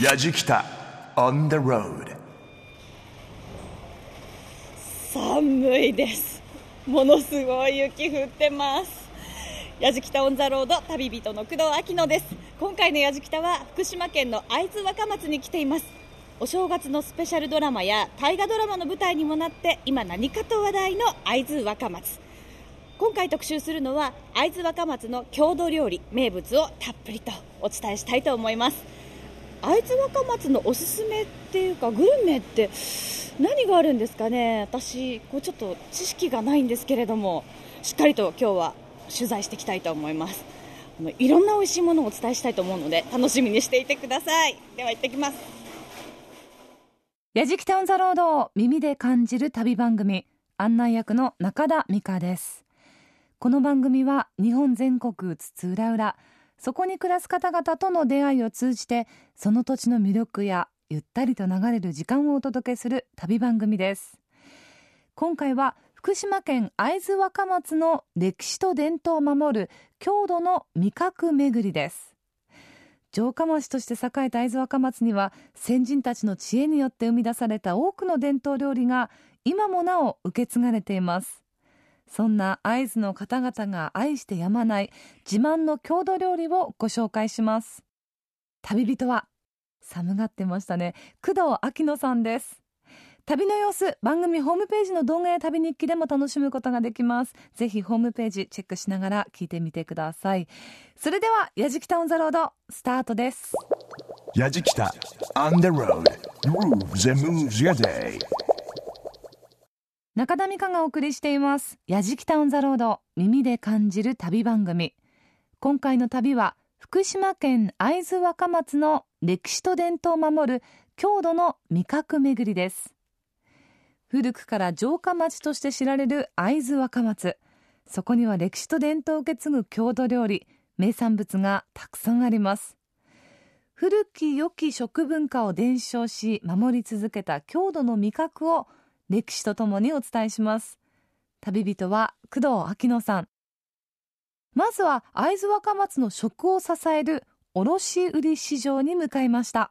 やじきた on the road。 寒いです。ものすごい雪降ってます。やじきたオンザロード、旅人の工藤秋乃です。今回のやじきたは福島県の会津若松に来ています。お正月のスペシャルドラマや大河ドラマの舞台にもなって今何かと話題の会津若松。今回特集するのは会津若松の郷土料理、名物をたっぷりとお伝えしたいと思います。会津若松のおすすめっていうかグルメって何があるんですかね。私ちょっと知識がないんですけれども、しっかりと今日は取材していきたいと思います。いろんな美味しいものをお伝えしたいと思うので楽しみにしていてください。では行ってきます。 やじきたオンザロード、耳で感じる旅番組、案内役の中田美香です。この番組は日本全国津々浦々、そこに暮らす方々との出会いを通じて、その土地の魅力やゆったりと流れる時間をお届けする旅番組です。今回は福島県会津若松の歴史と伝統を守る郷土の味覚巡りです。城下町として栄えた会津若松には、先人たちの知恵によって生み出された多くの伝統料理が今もなお受け継がれています。そんな会津の方々が愛してやまない自慢の郷土料理をご紹介します。旅人は寒がってましたね、工藤秋乃さんです。旅の様子、番組ホームページの動画や旅日記でも楽しむことができます。ぜひホームページチェックしながら聞いてみてください。それではやじきたオンザロードスタートです。 やじきた on the road grooves and moves your day。 中田美香がお送りしていますやじきたオンザロード、耳で感じる旅番組。今回の旅は福島県会津若松の歴史と伝統を守る郷土の味覚巡りです。古くから城下町として知られる会津若松、そこには歴史と伝統を受け継ぐ郷土料理、名産物がたくさんあります。古き良き食文化を伝承し守り続けた郷土の味覚を歴史とともにお伝えします。旅人は工藤秋乃さん。まずは会津若松の食を支える卸売市場に向かいました。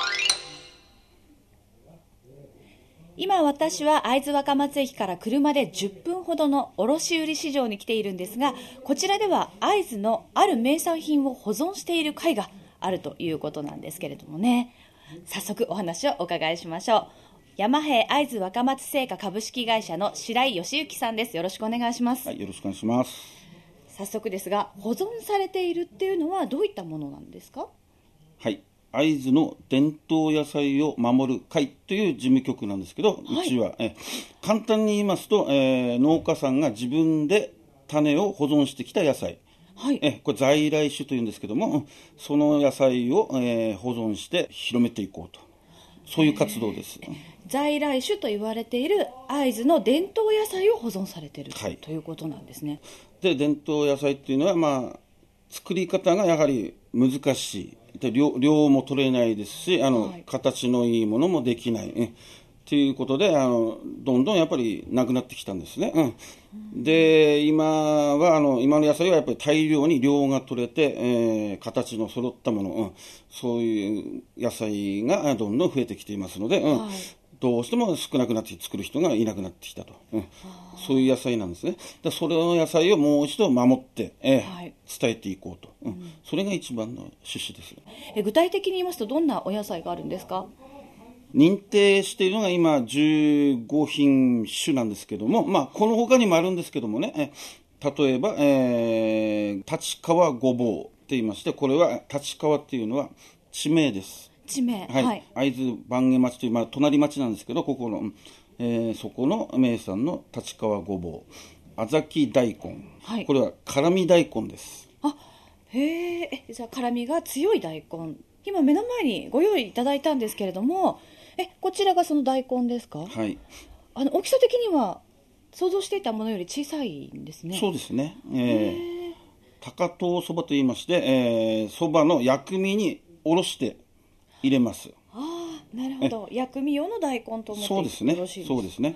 今私は会津若松駅から車で10分ほどの卸売市場に来ているんですが、こちらでは会津のある名産品を保存している会があるということなんですけれどもね、早速お話をお伺いしましょう。山平会津若松製菓株式会社の白井義之さんです。よろしくお願いします。 はい、よろしくお願いします。 早速ですが、保存されているっていうのはどういったものなんですか？ はい、会津の伝統野菜を守る会という事務局なんですけど、 はい、 うちは簡単に言いますと、農家さんが自分で種を保存してきた野菜、 はい、 これ在来種というんですけども、その野菜を、保存して広めていこうと、そういう活動です。 在来種と言われている会津の伝統野菜を保存されている、 はい、 ということなんですね。 で、伝統野菜っていうのは、作り方がやはり難しい。で、量も取れないですし、 はい、 形のいいものもできない。ということで、どんどんやっぱりなくなってきたんですね。で、今の野菜はやっぱり大量に量が取れて、形の揃ったもの、そういう野菜がどんどん増えてきていますので、はい、どうしても少なくなって作る人がいなくなってきたと、そういう野菜なんですね。で、それの野菜をもう一度守って、はい、伝えていこうと、それが一番の趣旨です。 具体的に言いますとどんなお野菜があるんですか？ 認定しているのが今15品種なんですけども、この他にもあるんですけどもね、例えば、立川ごぼうって言いまして、これは立川っていうのは地名です。 地名、 はい、はい、会津坂下町という、隣町なんですけど、ここの、そこの名産の立川ごぼう、あざき大根、はい、これは辛味大根です。 へえ、じゃあ辛味が強い大根、今目の前にご用意いただいたんですけれども、こちらがその大根ですか？ はい。 大きさ的には想像していたものより小さいんですね。 そうですね。高遠そばと言いまして、そばの薬味におろして入れます。 なるほど。薬味用の大根と思ってよろしいですか？ そうですね。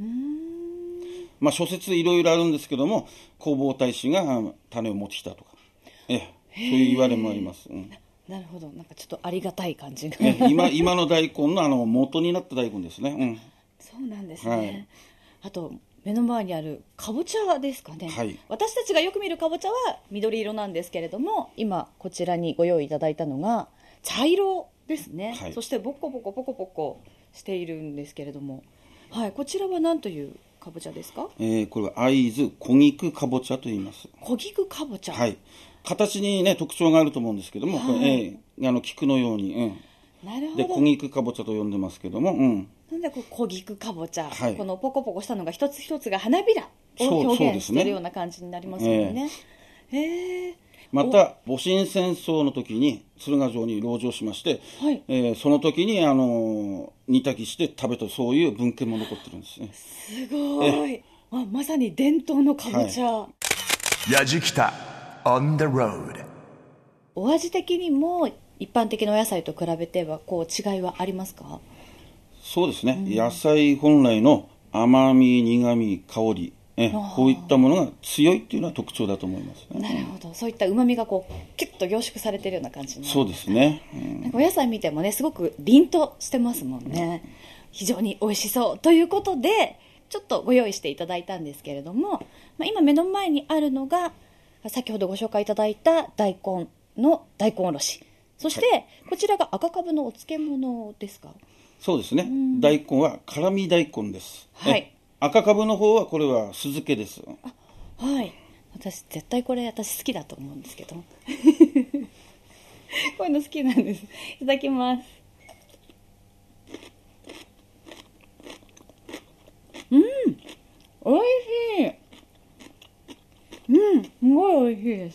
諸説いろいろあるんですけども、弘法大師が種を持ってきたとか、そういう言われもあります。 なるほど、なんかちょっとありがたい感じが、 今の大根の元になった大根ですね。 そうなんですね。あと目の前にあるかぼちゃですかね。私たちがよく見るかぼちゃは緑色なんですけれども、今こちらにご用意いただいたのが茶色ですね。そしてボコボコボコボコしているんですけれども、こちらは何というかぼちゃですか？これは会津小菊かぼちゃと言います。 小菊かぼちゃ。 形にね特徴があると思うんですけども、菊のように、 なるほど。 で小菊かぼちゃと呼んでますけども、 なんで小菊かぼちゃ、このポコポコしたのが一つ一つが花びらを表現しているような感じになりますよね。 また戊辰戦争の時に鶴ヶ城に籠城しまして、その時に煮炊きして食べた、そういう文献も残ってるんですね。 すごい。まさに伝統のかぼちゃ。 やじきた on the road。 お味的にも一般的なお野菜と比べては違いはありますか？ そうですね、野菜本来の甘み、苦み、香り、こういったものが強いっていうのは特徴だと思いますね。 なるほど。そういった旨味がキュッと凝縮されているような感じになる。 そうですね。 なんかお野菜見てもね、すごく凛としてますもんね。非常に美味しそうということで、ちょっとご用意していただいたんですけれども、今目の前にあるのが先ほどご紹介いただいた大根の大根おろし、そして、こちらが赤かぶのお漬物ですか？ そうですね、大根は辛味大根です。赤かぶの方はこれは酢漬けです。絶対これ私好きだと思うんですけどこういうの好きなんです。いただきます。おいしい。すごいおいしいです。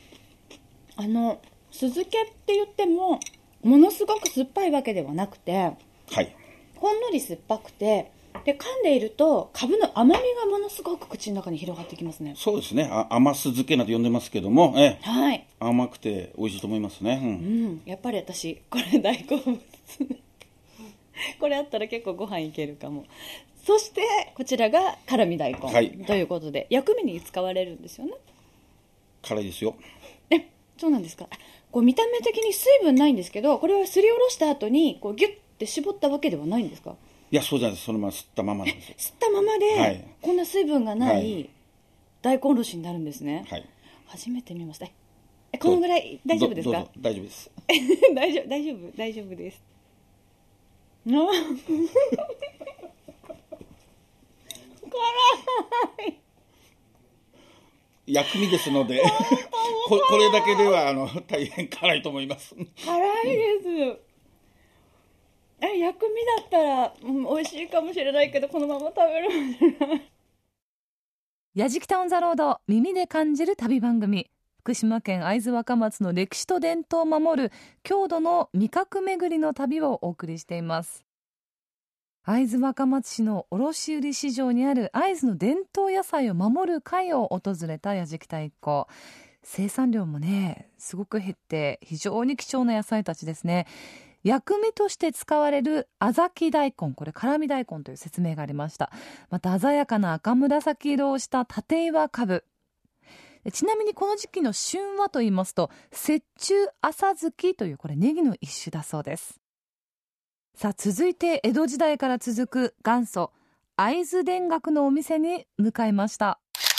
酢漬けって言ってもものすごく酸っぱいわけではなくて、ほんのり酸っぱくて、で噛んでいるとカブの甘みがものすごく口の中に広がってきますね。 そうですね、甘酢漬けなんて呼んでますけども、甘くて美味しいと思いますね。 やっぱり私これ大好物これあったら結構ご飯いけるかも。そしてこちらが辛味大根、ということで薬味に使われるんですよね。 辛いですよ。 そうなんですか。見た目的に水分ないんですけど、これはすりおろした後にギュッて絞ったわけではないんですか？ いや、そうじゃないです。そのまま吸ったままなんですよ。 吸ったままで、こんな水分がない大根おろしになるんですね。初めて見ました。このぐらい大丈夫ですか？ 大丈夫です大丈夫です辛い。 薬味ですのでこれだけでは大変辛いと思います。 辛いです。薬味だったら、美味しいかもしれないけどこのまま食べるんじゃない。 やじきたオンザロード、耳で感じる旅番組。福島県会津若松の歴史と伝統を守る郷土の味覚巡りの旅をお送りしています。会津若松市の卸売市場にある会津の伝統野菜を守る会を訪れたやじきた一行。生産量もねすごく減って非常に貴重な野菜たちですね。薬味として使われるあざき大根、これ辛味大根という説明がありました。また鮮やかな赤紫色をした立岩かぶ。ちなみにこの時期の旬はと言いますと、雪中浅月というこれネギの一種だそうです。さあ続いて江戸時代から続く元祖会津田楽のお店に向かいました。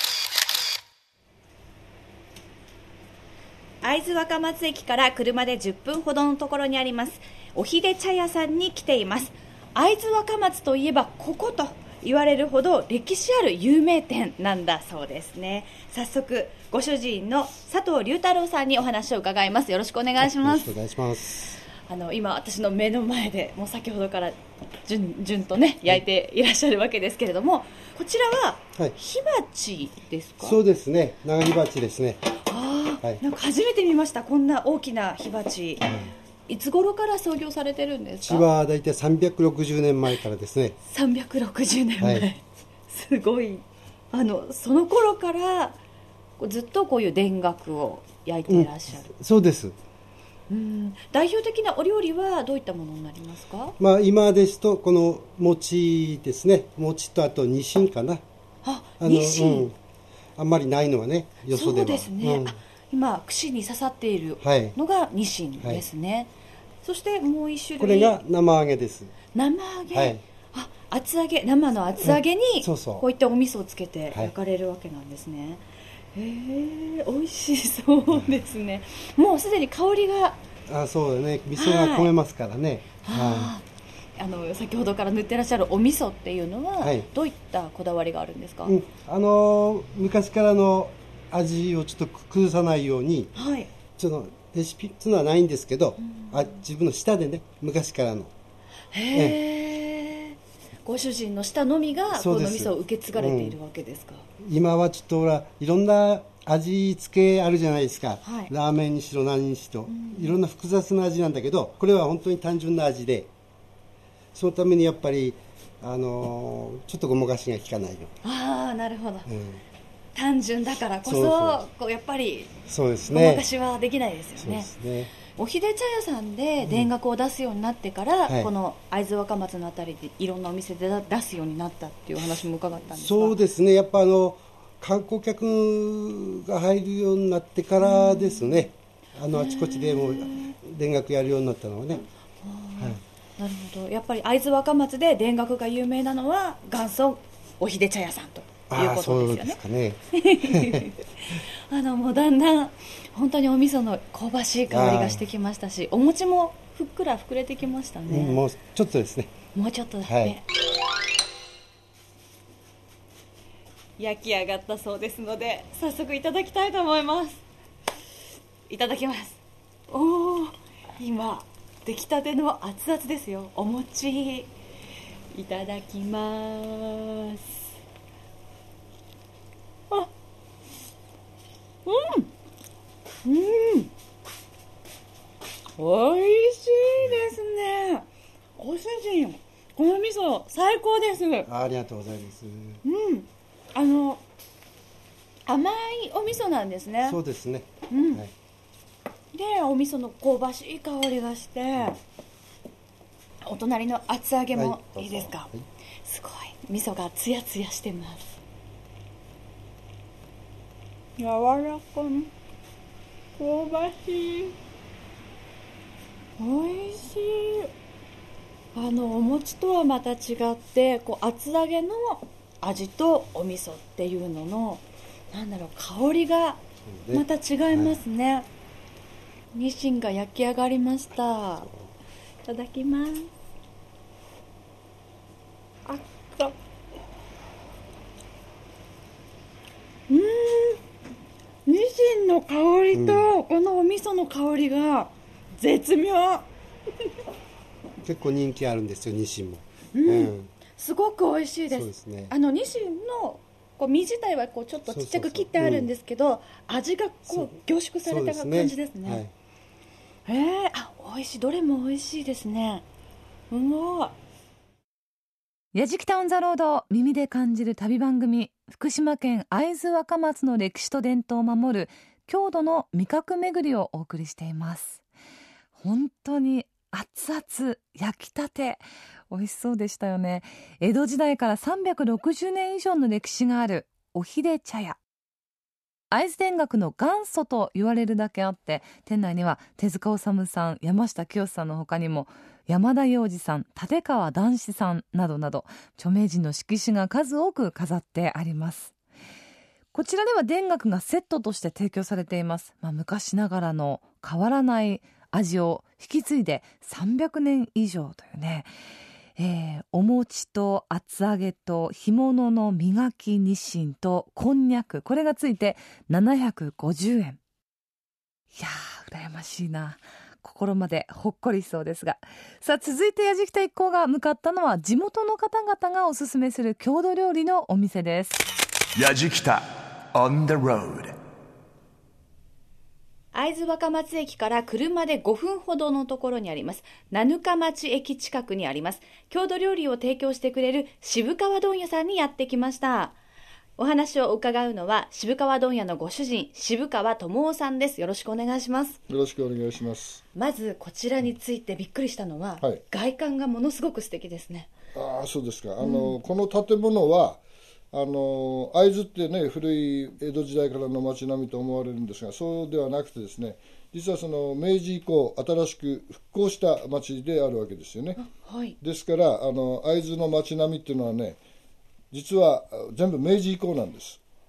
会津若松駅から車で10分ほどのところにありますおひで茶屋さんに来ています。会津若松といえばここと言われるほど歴史ある有名店なんだそうですね。早速ご主人の佐藤隆太郎さんにお話を伺います。よろしくお願いします。 よろしくお願いします。 今私の目の前でもう先ほどから順とね焼いていらっしゃるわけですけれども、こちらは火鉢ですか？ そうですね、長火鉢ですね。 なんか初めて見ました、こんな大きな火鉢。いつ頃から創業されてるんですか？ うちはだいたい360年前からですね。 360年前、すごい。その頃からずっとこういう田楽を焼いていらっしゃる。 そうです。 代表的なお料理はどういったものになりますか？ 今ですとこの餅ですね。餅とあとニシンかな。 ニシン、 あんまりないのはね、よそでは。 そうですね。 今串に刺さっているのがニシンですね、はい、そしてもう一種類、 これが生揚げです。 生揚げ、はい、厚揚げ、生の厚揚げにこういったお味噌をつけて焼かれるわけなんですね、はい、美味しそうですね、もうすでに香りがそうだね、味噌が焦げますからね、 先ほどから塗ってらっしゃるお味噌っていうのは、はい、どういったこだわりがあるんですか？ 昔からの味をちょっと崩さないように、はい、ちょっとレシピっていうのはないんですけど、自分の舌でね、昔からのご主人の舌のみがこの味噌を受け継がれているわけですか？ 今はちょっといろんな味付けあるじゃないですか、はい、ラーメンにしろ何にしろ、いろんな複雑な味なんだけど、これは本当に単純な味で、そのためにやっぱりちょっとごまかしが効かないよ。 なるほど、単純だからこそこうやっぱりそうですね、ごまかしはできないですよね。 そうですね。 おひで茶屋さんで田楽を出すようになってから、この会津若松のあたりでいろんなお店で出すようになったっていう話も伺ったんですが。 そうですね、やっぱ観光客が入るようになってからですね、あちこちでも田楽やるようになったのはね、 なるほど。やっぱり会津若松で田楽が有名なのは元祖おひで茶屋さんということですよね。そうですかねもうだんだん本当にお味噌の香ばしい香りがしてきましたし、お餅もふっくら膨れてきましたね、 もうちょっとですね。 もうちょっとだね、焼き上がったそうですので早速いただきたいと思います。いただきます。今出来たての熱々ですよ、お餅。いただきます。おいしいですね。ご主人、この味噌最高です。 ありがとうございます。 甘いお味噌なんですね。 そうですね、 でお味噌の香ばしい香りがして、お隣の厚揚げもいいですか？すごい味噌がツヤツヤしてます。柔らかに香ばしい、おいしい。お餅とはまた違って厚揚げの味とお味噌っていうのの香りがまた違いますね。ニシンが焼き上がりました。いただきます。ニシンの香りとこのお味噌の香りが絶妙。 結構人気あるんですよ、ニシンも。 すごく美味しいです。そうですね。ニシンの身自体はちょっとちっちゃく切ってあるんですけど、味が凝縮された感じですね。美味しい。どれも美味しいですね。 やじきたオンザロード、耳で感じる旅番組。福島県会津若松の歴史と伝統を守る郷土の味覚巡りをお送りしています。本当に熱々焼きたて美味しそうでしたよね。江戸時代から360年以上の歴史があるおひで茶屋。会津田楽の元祖と言われるだけあって、店内には手塚治虫さん、山下清さんの他にも山田洋次さん、立川談志さんなどなど著名人の色紙が数多く飾ってあります。こちらでは田楽がセットとして提供されています。昔ながらの変わらない味を引き継いで300年以上というね、お餅と厚揚げと干物の磨きニシンとこんにゃく、これがついて750円。いやー、羨ましいな。心までほっこりそうですが、さあ続いてやじきた一行が向かったのは地元の方々がおすすめする郷土料理のお店です。 やじきた on the road。 会津若松駅から車で5分ほどのところにあります七日町駅近くにあります郷土料理を提供してくれる渋川問屋さんにやってきました。お話を伺うのは渋川問屋のご主人、渋川智夫さんです。よろしくお願いします。 よろしくお願いします。 まずこちらについてびっくりしたのは、外観がものすごく素敵ですね。 そうですか。この建物は会津ってね、古い江戸時代からの町並みと思われるんですが、そうではなくてですね、実はその明治以降新しく復興した町であるわけですよね。 はい、 ですから会津の町並みっていうのはね、実は全部明治以降なんです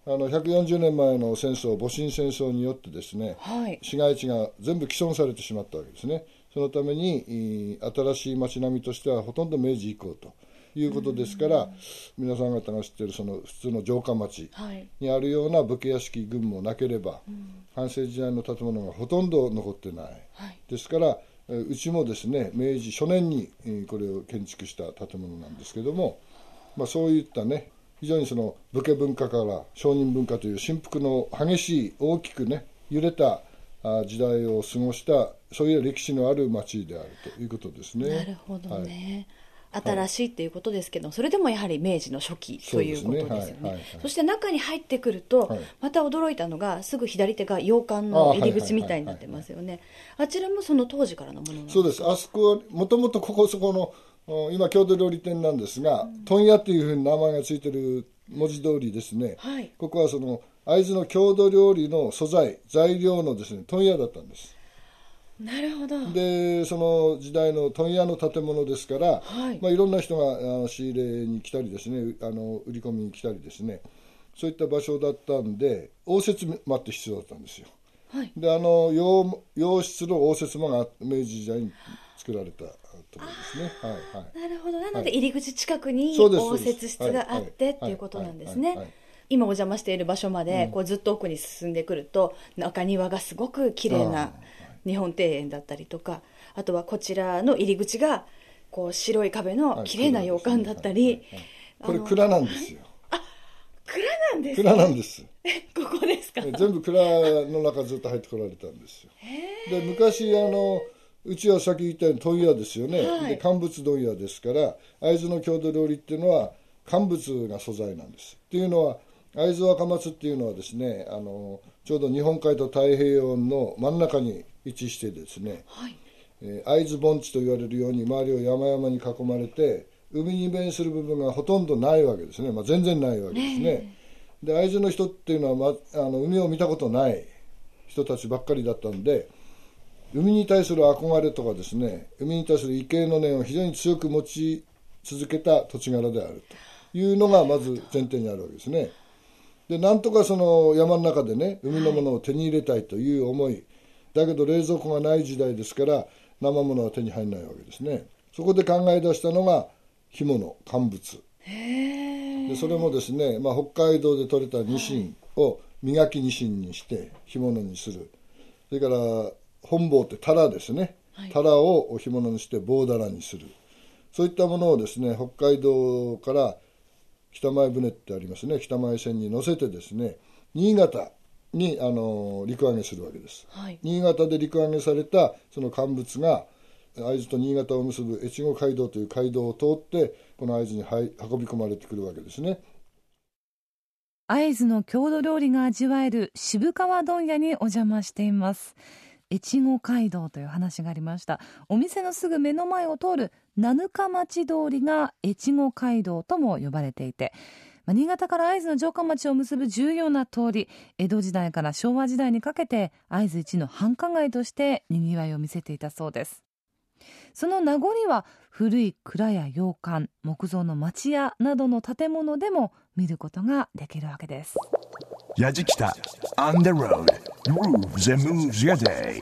。140年前の戦争、戊辰戦争によってですね、 はい、 市街地が全部毀損されてしまったわけですね。そのために新しい町並みとしてはほとんど明治以降ということですから、皆さん方が知っているその普通の城下町にあるような武家屋敷群もなければ、半世紀時代の建物がほとんど残ってない、ですからうちもですね、明治初年にこれを建築した建物なんですけども、そういったね、非常にその武家文化から商人文化という振幅の激しい、大きくね揺れた時代を過ごした、そういう歴史のある町であるということですね。 なるほどね、新しいということですけど、それでもやはり明治の初期ということですよね。そして中に入ってくると、また驚いたのが、すぐ左手が洋館の入り口みたいになってますよね。あちらもその当時からのものなんですか？ そうです。あそこはもともとそこの今郷土料理店なんですが、問屋というふうに名前がついてる文字通りですね、ここはその会津の郷土料理の素材、材料のですね、問屋だったんです。 なるほど。 でその時代の問屋の建物ですから、いろんな人が仕入れに来たりですね、売り込みに来たりですね、そういった場所だったんで、応接間って必要だったんですよ。で洋室の応接間が明治時代に作られたところですね。 なるほど。なので入り口近くに応接室があってっていうことなんですね。今お邪魔している場所までこうずっと奥に進んでくると、中庭がすごく綺麗な日本庭園だったりとか、あとはこちらの入り口がこう白い壁の綺麗な洋館だったり、 これ蔵なんですよ。 蔵なんですね。 蔵なんです。 ここですか？ 全部蔵の中ずっと入ってこられたんですよ。で昔うちは先言ったように問屋ですよね、で乾物問屋ですから、会津の郷土料理っていうのは乾物が素材なんです。っていうのは会津若松っていうのはですね、ちょうど日本海と太平洋の真ん中に位置してですね、会津盆地と言われるように周りを山々に囲まれて、海に面する部分がほとんどないわけですね、全然ないわけですね。で会津の人っていうのは、海を見たことない人たちばっかりだったんで、海に対する憧れとかですね、海に対する畏敬の念を非常に強く持ち続けた土地柄であるというのがまず前提にあるわけですね。でなんとかその山の中でね、海のものを手に入れたいという思い、だけど冷蔵庫がない時代ですから生ものは手に入らないわけですね。そこで考え出したのが干物、乾物で、それもですね、北海道で採れたニシンを磨きニシンにして干物にする。それから本棒ってタラですね、タラを干物にして棒タラにする。そういったものをですね、北海道から北前船ってありますね、北前線に乗せてですね、新潟に陸揚げするわけです。新潟で陸揚げされたその乾物が会津と新潟を結ぶ越後街道という街道を通ってこの会津に運び込まれてくるわけですね。 会津の郷土料理が味わえる渋川問屋にお邪魔しています。越後街道という話がありました。お店のすぐ目の前を通る七日町通りが越後街道とも呼ばれていて、新潟から会津の城下町を結ぶ重要な通り、江戸時代から昭和時代にかけて会津一の繁華街としてにぎわいを見せていたそうです。その名残は古い蔵や洋館、木造の町屋などの建物でも見ることができるわけです。 やじきた On the road grooves and moves your day。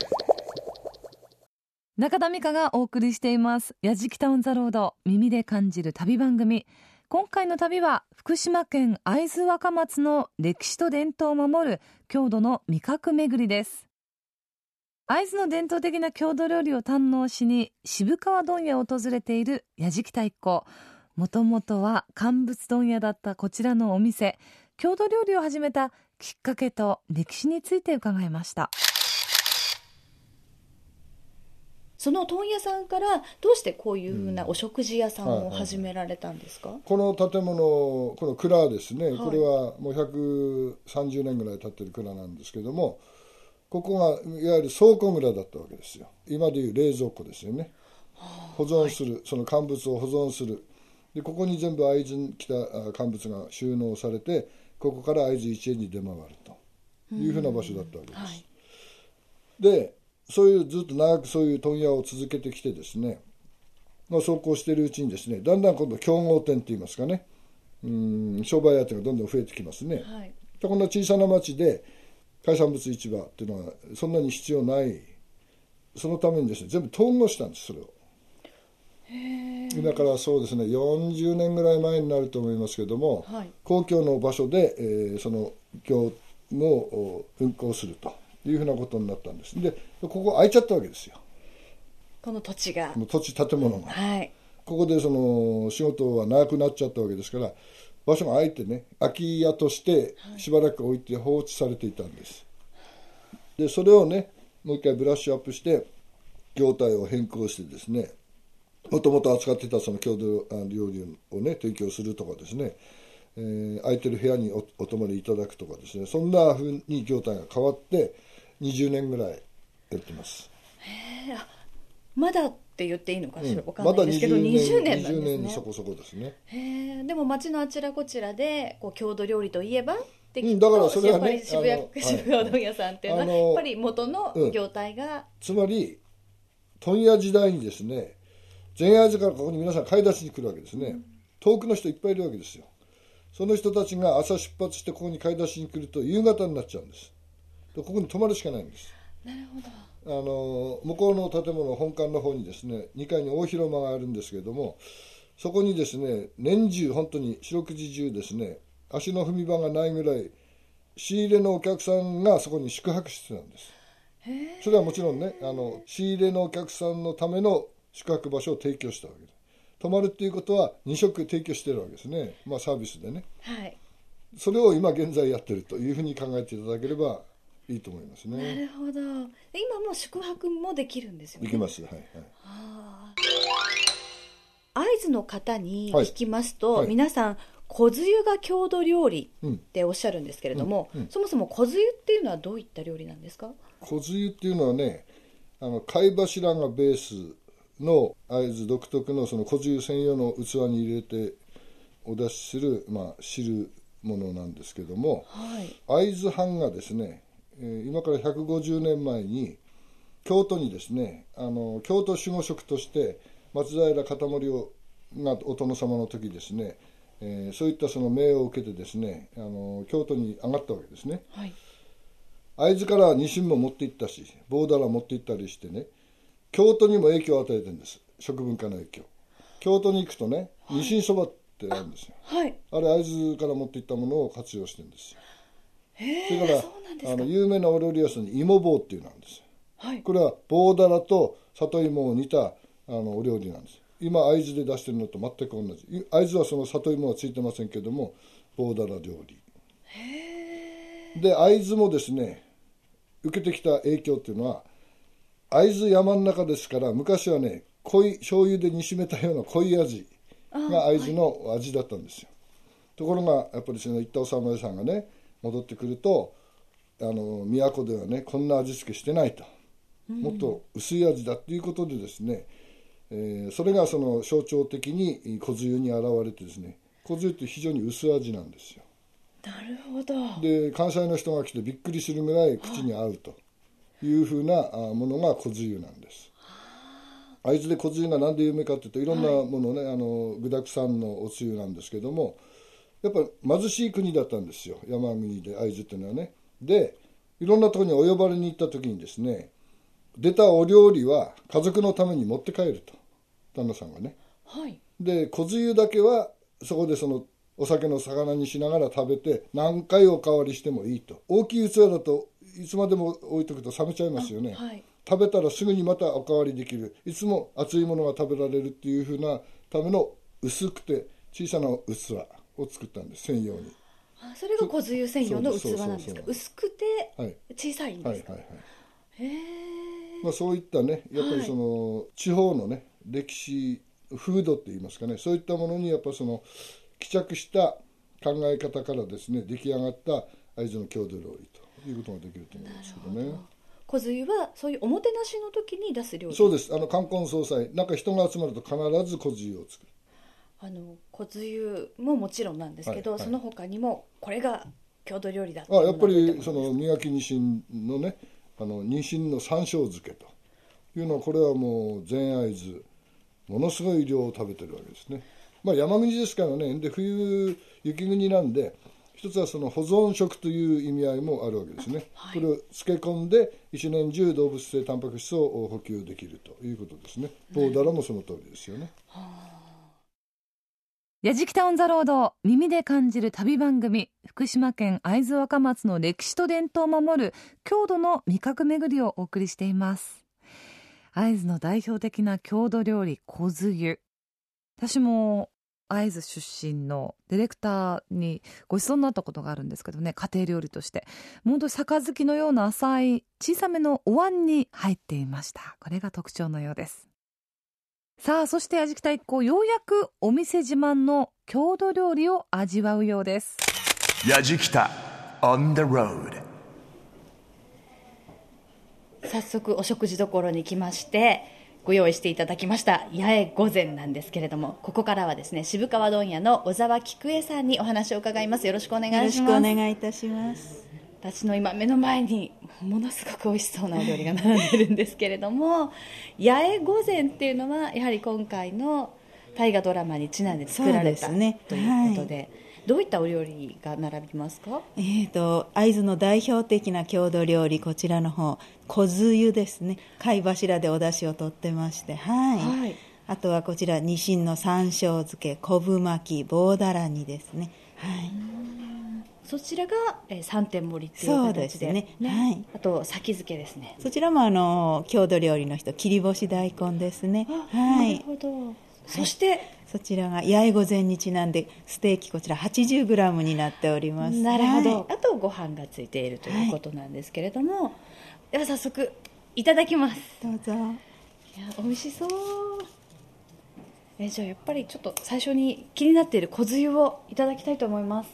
中田美香がお送りしていますやじきたオンザロード、耳で感じる旅番組。今回の旅は福島県会津若松の歴史と伝統を守る郷土の味覚巡りです。会津の伝統的な郷土料理を堪能しに渋川問屋を訪れているやじきた一行。もともとは乾物問屋だったこちらのお店、郷土料理を始めたきっかけと歴史について伺いました。 その問屋さんからどうしてこういうふうなお食事屋さんを始められたんですか？ この建物、この蔵ですね、これはもう130年ぐらい経ってる蔵なんですけども、ここがいわゆる倉庫蔵だったわけですよ。今でいう冷蔵庫ですよね。保存する、その乾物を保存する。 でここに全部会津に来た乾物が収納されて、ここから会津一円に出回るというふうな場所だったわけです、はい、でそういうずっと長くそういう問屋を続けてきてですね、そうこうしているうちにですね、だんだん今度競合店といいますかね、商売当てがどんどん増えてきますね、はい、でこんな小さな町で海産物市場っていうのはそんなに必要ない。そのためにですね、全部統合したんです。それを今からそうですね40年ぐらい前になると思いますけれども、はい、公共の場所で、その業務を運行するというふうなことになったんです。でここ空いちゃったわけですよ、 この土地が、 土地建物が、 はい、 ここでその仕事はなくなっちゃったわけですから、場所が空いてね、空き家としてしばらく置いて放置されていたんです。でそれをねもう一回ブラッシュアップして業態を変更してですね、もともと扱っていたその郷土料理をね提供するとかですね、空いてる部屋に お泊まりいただくとかですね、そんなふうに業態が変わって20年ぐらいやってます。 まだって言っていいのかしら、わかんないですけど、まだ20年なんですね。 20年そこそこですね。 でも町のあちらこちらでこう郷土料理といえばって聞くだからそれはね、 やっぱり渋谷うどん屋さんっていうのはやっぱり元の業態が、 つまり問屋時代にですね、前会津からここに皆さん買い出しに来るわけですね、遠くの人いっぱいいるわけですよ。その人たちが朝出発してここに買い出しに来ると夕方になっちゃうんです。でここに泊まるしかないんです。 なるほど。 向こうの建物本館の方にですね2階に大広間があるんですけれども、そこにですね年中本当に四六時中ですね足の踏み場がないぐらい仕入れのお客さんがそこに宿泊してたんです。それはもちろんね仕入れのお客さんのための宿泊場所を提供したわけです。泊まるっていうことは2食提供してるわけですね、サービスでね、はい、それを今現在やってるというふうに考えていただければいいと思いますね。 なるほど。今も宿泊もできるんですよね。 できます、はいはい、 会津の方に聞きますと、はい、皆さんこづゆが郷土料理っておっしゃるんですけれども、そもそもこづゆっていうのはどういった料理なんですか？ こづゆっていうのはね、貝柱がベースの会津独特のそのこづゆ専用の器に入れてお出しする、汁物なんですけども、はい、会津藩がですね、今から150年前に京都にですね京都守護職として松平片盛がお殿様の時ですね、そういったその命を受けてですね京都に上がったわけですね、はい、会津からニシンも持って行ったし棒だら持って行ったりしてね、京都にも影響を与えてるんです。食文化の影響。京都に行くとね、はい、ニシンそばってあるんですよ、はい、あれ会津から持って行ったものを活用してるんですよ。それから有名なお料理屋さんに芋棒っていうのがあるんですよ、はい、これは棒だらと里芋を煮たお料理なんです。今会津で出してるのと全く同じ。会津はその里芋はついてませんけども棒だら料理で、会津もですね受けてきた影響っていうのは会津山の中ですから、昔はね濃い醤油で煮しめたような濃い味が会津の味だったんですよ、はい、ところがやっぱりその行ったお侍さんがね戻ってくると都ではねこんな味付けしてないと、もっと薄い味だということでですね、それがその象徴的にこづゆに現れてですね、こづゆって非常に薄味なんですよ。 なるほど。 で関西の人が来てびっくりするぐらい口に合うというふうなものがこづゆなんです。会津でこづゆが何で有名かというといろんなものね、具だくさんのおつゆなんですけども、やっぱ貧しい国だったんですよ、山国で会津っていうのはね。でいろんなところにお呼ばれに行った時にですね、出たお料理は家族のために持って帰ると旦那さんがね、はい、でこづゆだけはそこでそのお酒の魚にしながら食べて何回おかわりしてもいいと。大きい器だといつまでも置いとくと冷めちゃいますよね、はい、食べたらすぐにまたおかわりできる、いつも熱いものが食べられるっていうふうなための薄くて小さな器を作ったんです、専用に。 それがこづゆ専用の器なんですか。薄くて小さいんですか。 そういったねやっぱりその、はい、地方のね歴史風土って言いますかね、そういったものにやっぱその帰着した考え方からですね出来上がった会津の郷土料理ということができると思いますけどね。 こづゆはそういうおもてなしの時に出す料理。 そうです。冠婚葬祭なんか人が集まると必ずこづゆを作る。 小つゆももちろんなんですけど、その他にもこれが郷土料理だってやっぱりその磨きニシンのね、ニシンの山椒漬けというのは、これはもう全会津ものすごい量を食べてるわけですね。山国ですからね。で冬雪国なんで、一つはその保存食という意味合いもあるわけですね。これを漬け込んで一年中動物性タンパク質を補給できるということですね。ボーダラもその通りですよね。 やじきたオンザロード、耳で感じる旅番組。福島県会津若松の歴史と伝統を守る郷土の味覚巡りをお送りしています。会津の代表的な郷土料理、小つゆ。私も会津出身のディレクターにご馳走になったことがあるんですけどね、家庭料理として本当に杯のような浅い小さめのお椀に入っていました。これが特徴のようです。さあ、そしてやじきた一行、ようやくお店自慢の郷土料理を味わうようです。 やじきた on the road。 早速お食事処に来まして、ご用意していただきました八重御膳なんですけれども、ここからはですね、渋川問屋の小沢菊江さんにお話を伺います。よろしくお願いします。 よろしくお願いいたします。 私の今目の前にものすごく美味しそうなお料理が並んでるんですけれども、八重御膳っていうのはやはり今回の大河ドラマにちなんで作られた、ね、ということで、はい、どういったお料理が並びますか？ 会津の代表的な郷土料理、こちらの方、小つゆですね。貝柱でお出汁を取ってまして、はい、あとはこちらニシンの山椒漬け、昆布巻き、棒だら煮ですね。はい、 そちらが3点盛りっていう形 で、 そうですね。はい、 あと先漬けですね。 そちらも郷土料理の人、切り干し大根ですね。 はい、なるほど。そして、はい、 そちらが八重御膳にちなんでステーキ、こちら 80g になっております。 なるほど、はい、あとご飯がついているということなんですけれども、はい、では早速いただきます。 どうぞ。いや、 美味しそう。じゃあやっぱりちょっと最初に気になっている小つゆをいただきたいと思います。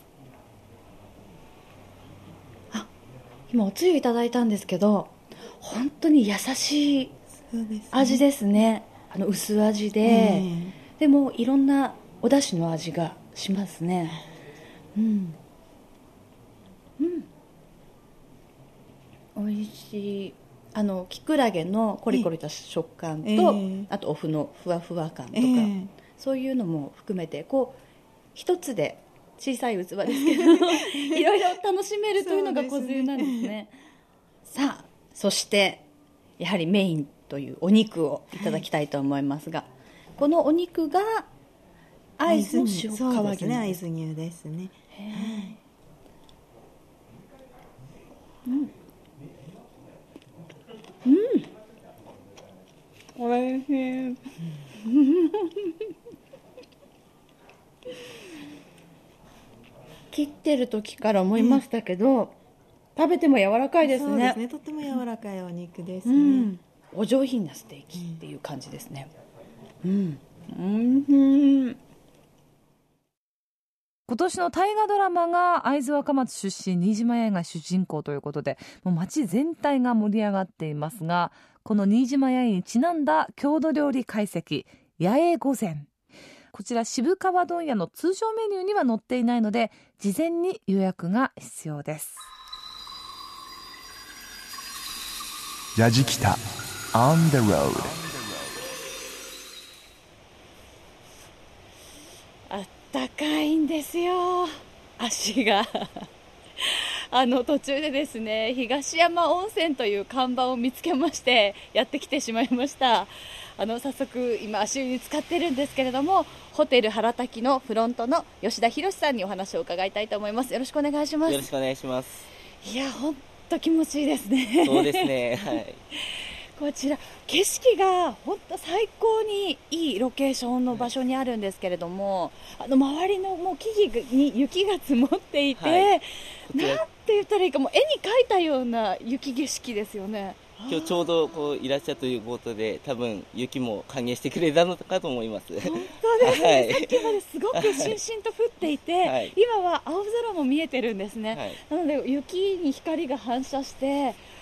今おつゆいただいたんですけど、本当に優しい味ですね。薄味で、でもいろんなお出汁の味がしますね。美味しい。きくらげのコリコリと食感と、あとお麩のふわふわ感とか、そういうのも含めて、こう一つで小さい器ですけどいろいろ楽しめるというのが小つゆなんですね。さあ、そしてやはりメインというお肉をいただきたいと思いますが、このお肉が会津の塩川牛ですね。 会津牛ですね。 おいしい。切ってる時から思いましたけど、食べても柔らかいですね。 そうですね、とっても柔らかいお肉ですね。 お上品なステーキっていう感じですね。今年の大河ドラマが会津若松出身新島八重が主人公ということで、もう街全体が盛り上がっていますが、この新島八重にちなんだ郷土料理懐石、八重御膳、こちら渋川問屋の通常メニューには載っていないので、事前に予約が必要です。 やじきた on the road。 あったかいんですよ、足が途中でですね、東山温泉という看板を見つけましてやってきてしまいました。早速今足湯に浸かってるんですけれども、ホテル原滝のフロントの吉田博さんにお話を伺いたいと思います。よろしくお願いします。 よろしくお願いします。 いや、本当気持ちいいですね。 そうですね、はい。 こちら景色が本当最高にいいロケーションの場所にあるんですけれども、周りのもう木々に雪が積もっていて、なんて言ったらいいか、もう絵に描いたような雪景色ですよね。 今日ちょうどいらっしゃるということで、多分雪も歓迎してくれたのかと思います。 本当ですね、さっきまですごくしんしんと降っていて、今は青空も見えてるんですね。なので雪に光が反射して、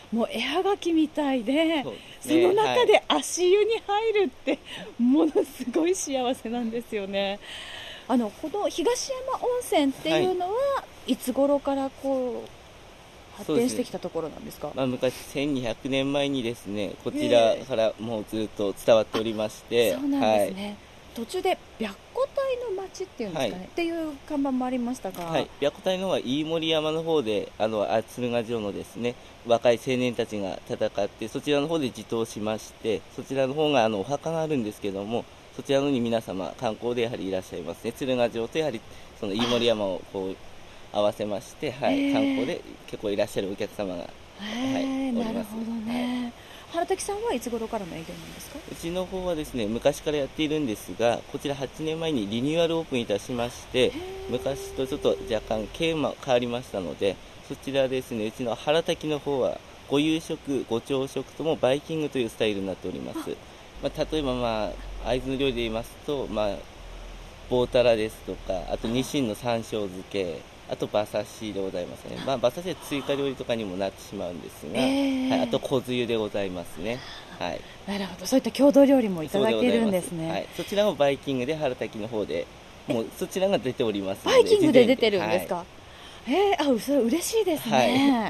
もう絵はがきみたいで、その中で足湯に入るってものすごい幸せなんですよね。この東山温泉っていうのはいつ頃からこう発展してきたところなんですか？ 昔1200年前にですね、こちらからもうずっと伝わっておりまして、 そうなんですね。途中で白虎隊の町っていうんですかね、っていう看板もありましたが、 白虎隊のは飯盛山の方で敦賀城のですね、若い青年たちが戦って、そちらの方で自投しまして、そちらの方がお墓があるんですけども、そちらのに皆様観光でやはりいらっしゃいますね。敦賀城とやはりその飯盛山をこう合わせまして、観光で結構いらっしゃるお客様が、おります。 なるほどね。原滝さんはいつ頃からの営業なんですか？ うちの方はですね、昔からやっているんですが、こちら8年前にリニューアルオープンいたしまして、昔とちょっと若干経営も変わりましたので、そちらですね、うちの原滝の方はご夕食ご朝食ともバイキングというスタイルになっております。例えば会津の料理で言いますと、棒たらですとか、あとニシンの山椒漬け、あと馬刺しでございますね。馬刺しは追加料理とかにもなってしまうんですが、あと小つゆでございますね。 なるほど、そういった郷土料理もいただけるんですね。 そちらもバイキングで原滝の方でもうそちらが出ておりますので。バイキングで出てるんですか？それ嬉しいですね。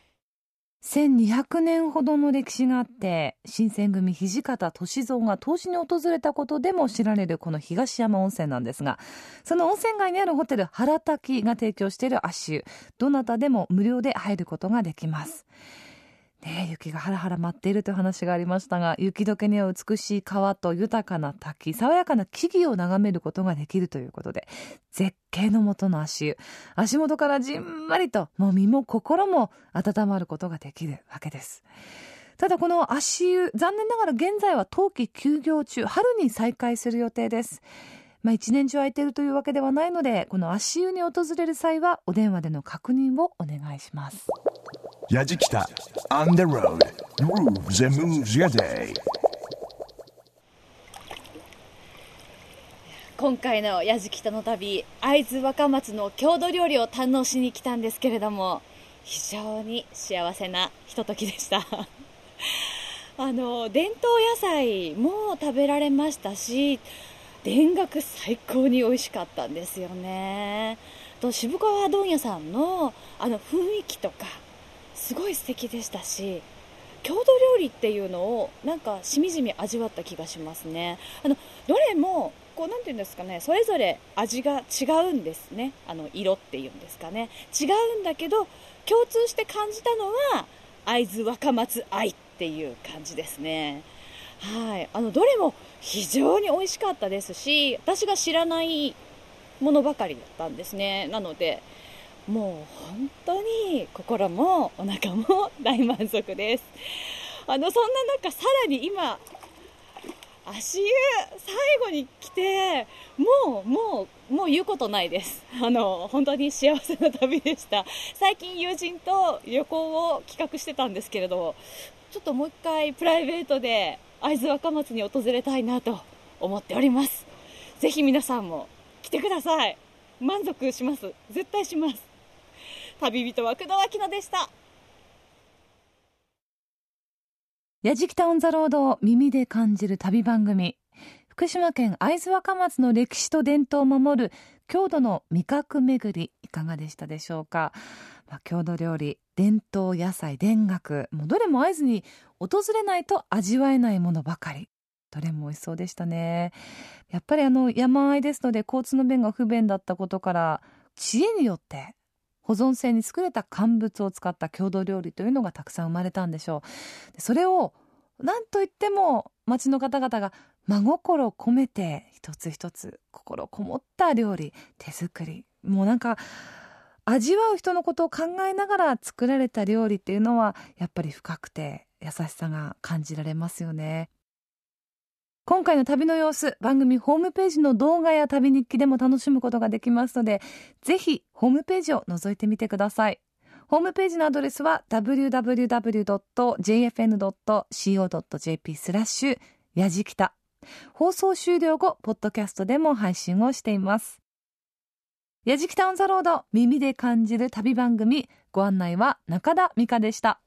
1200年ほどの歴史があって、新選組土方歳三が投資に訪れたことでも知られるこの東山温泉なんですが、その温泉街にあるホテル原滝が提供している足湯、どなたでも無料で入ることができます。雪がハラハラ舞っているという話がありましたが、雪解けには美しい川と豊かな滝、爽やかな木々を眺めることができるということで、絶景の下の足湯、足元からじんわりともう身も心も温まることができるわけです。ただこの足湯、残念ながら現在は冬季休業中、春に再開する予定です。一年中空いているというわけではないので、この足湯に訪れる際はお電話での確認をお願いします。 やじきた On the road grooves and moves your day。 今回のやじきたの旅、会津若松の郷土料理を堪能しに来たんですけれども、非常に幸せなひとときでした伝統野菜も食べられましたし、田楽最高に美味しかったんですよね。と渋川問屋さんの雰囲気とかすごい素敵でしたし、郷土料理っていうのをなんかしみじみ味わった気がしますね。どれもこうなんていうんですかね、それぞれ味が違うんですね。色っていうんですかね、違うんだけど共通して感じたのは会津若松愛っていう感じですね。どれも非常に美味しかったですし、私が知らないものばかりだったんですね。なのでもう本当に心もお腹も大満足です。そんな中、さらに今足湯最後に来て、もう言うことないです。本当に幸せな旅でした。最近友人と旅行を企画してたんですけれど、ちょっともう一回プライベートで会津若松に訪れたいなと思っております。ぜひ皆さんも来てください。満足します。絶対します。旅人は工藤秋乃でした。 やじきたオンザロードを耳で感じる旅番組。福島県会津若松の歴史と伝統を守る郷土の味覚巡り、いかがでしたでしょうか。郷土料理、伝統野菜、田楽、もうどれも会津に訪れないと味わえないものばかり。どれも美味しそうでしたね。やっぱり山あいですので交通の便が不便だったことから、知恵によって保存性に優れた乾物を使った郷土料理というのがたくさん生まれたんでしょう。それを何といっても町の方々が真心込めて一つ一つ心こもった料理、手作り、もうなんか味わう人のことを考えながら作られた料理っていうのはやっぱり深くて優しさが感じられますよね。今回の旅の様子、番組ホームページの動画や旅日記でも楽しむことができますので、ぜひホームページを覗いてみてください。ホームページのアドレスは www.jfn.co.jp やじきた。放送終了後、ポッドキャストでも配信をしています。やじきたオンザロード、耳で感じる旅番組、ご案内は中田美香でした。